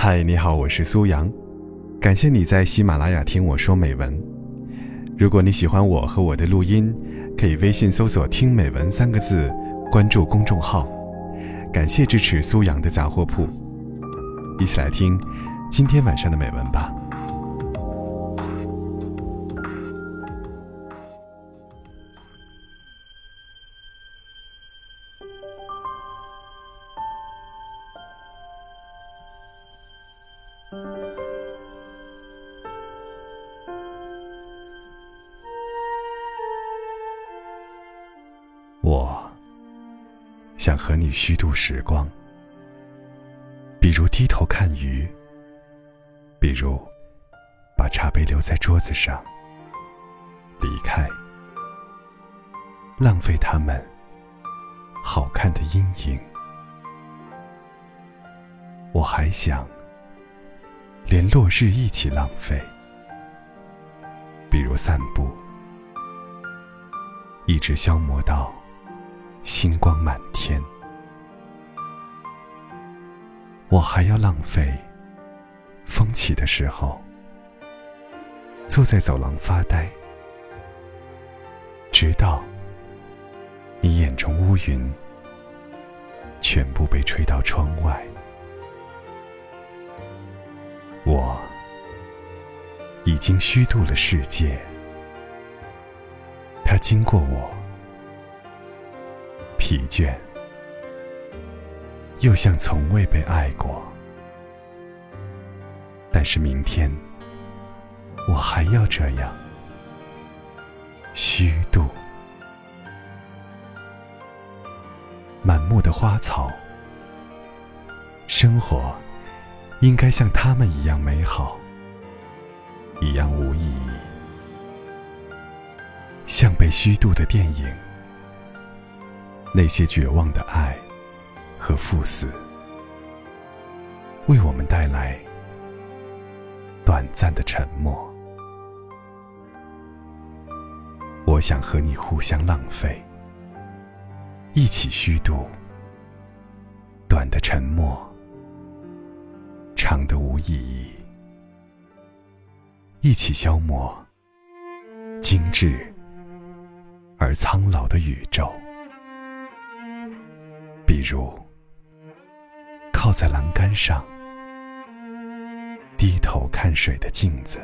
嗨，你好，我是苏阳，感谢你在喜马拉雅听我说美文。如果你喜欢我和我的录音，可以微信搜索听美文3个字，关注公众号。感谢支持苏阳的杂货铺，一起来听今天晚上的美文吧。我想和你虚度时光，比如低头看鱼，比如把茶杯留在桌子上，离开，浪费它们好看的阴影。我还想连落日一起浪费，比如散步，一直消磨到星光满天。我还要浪费风起的时候，坐在走廊发呆，直到你眼中乌云全部被吹到窗外。我已经虚度了世界，它经过我，疲倦，又像从未被爱过。但是明天，我还要这样虚度。满目的花草，生活应该像它们一样美好，一样无意义，像被虚度的电影，那些绝望的爱和赴死，为我们带来短暂的沉默。我想和你互相浪费，一起虚度短的沉默，长的无意义，一起消磨精致而苍老的宇宙。比如靠在栏杆上，低头看水的镜子，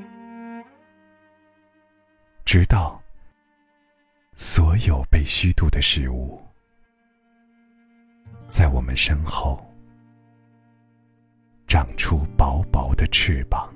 直到所有被虚度的事物在我们身后长出薄薄的翅膀。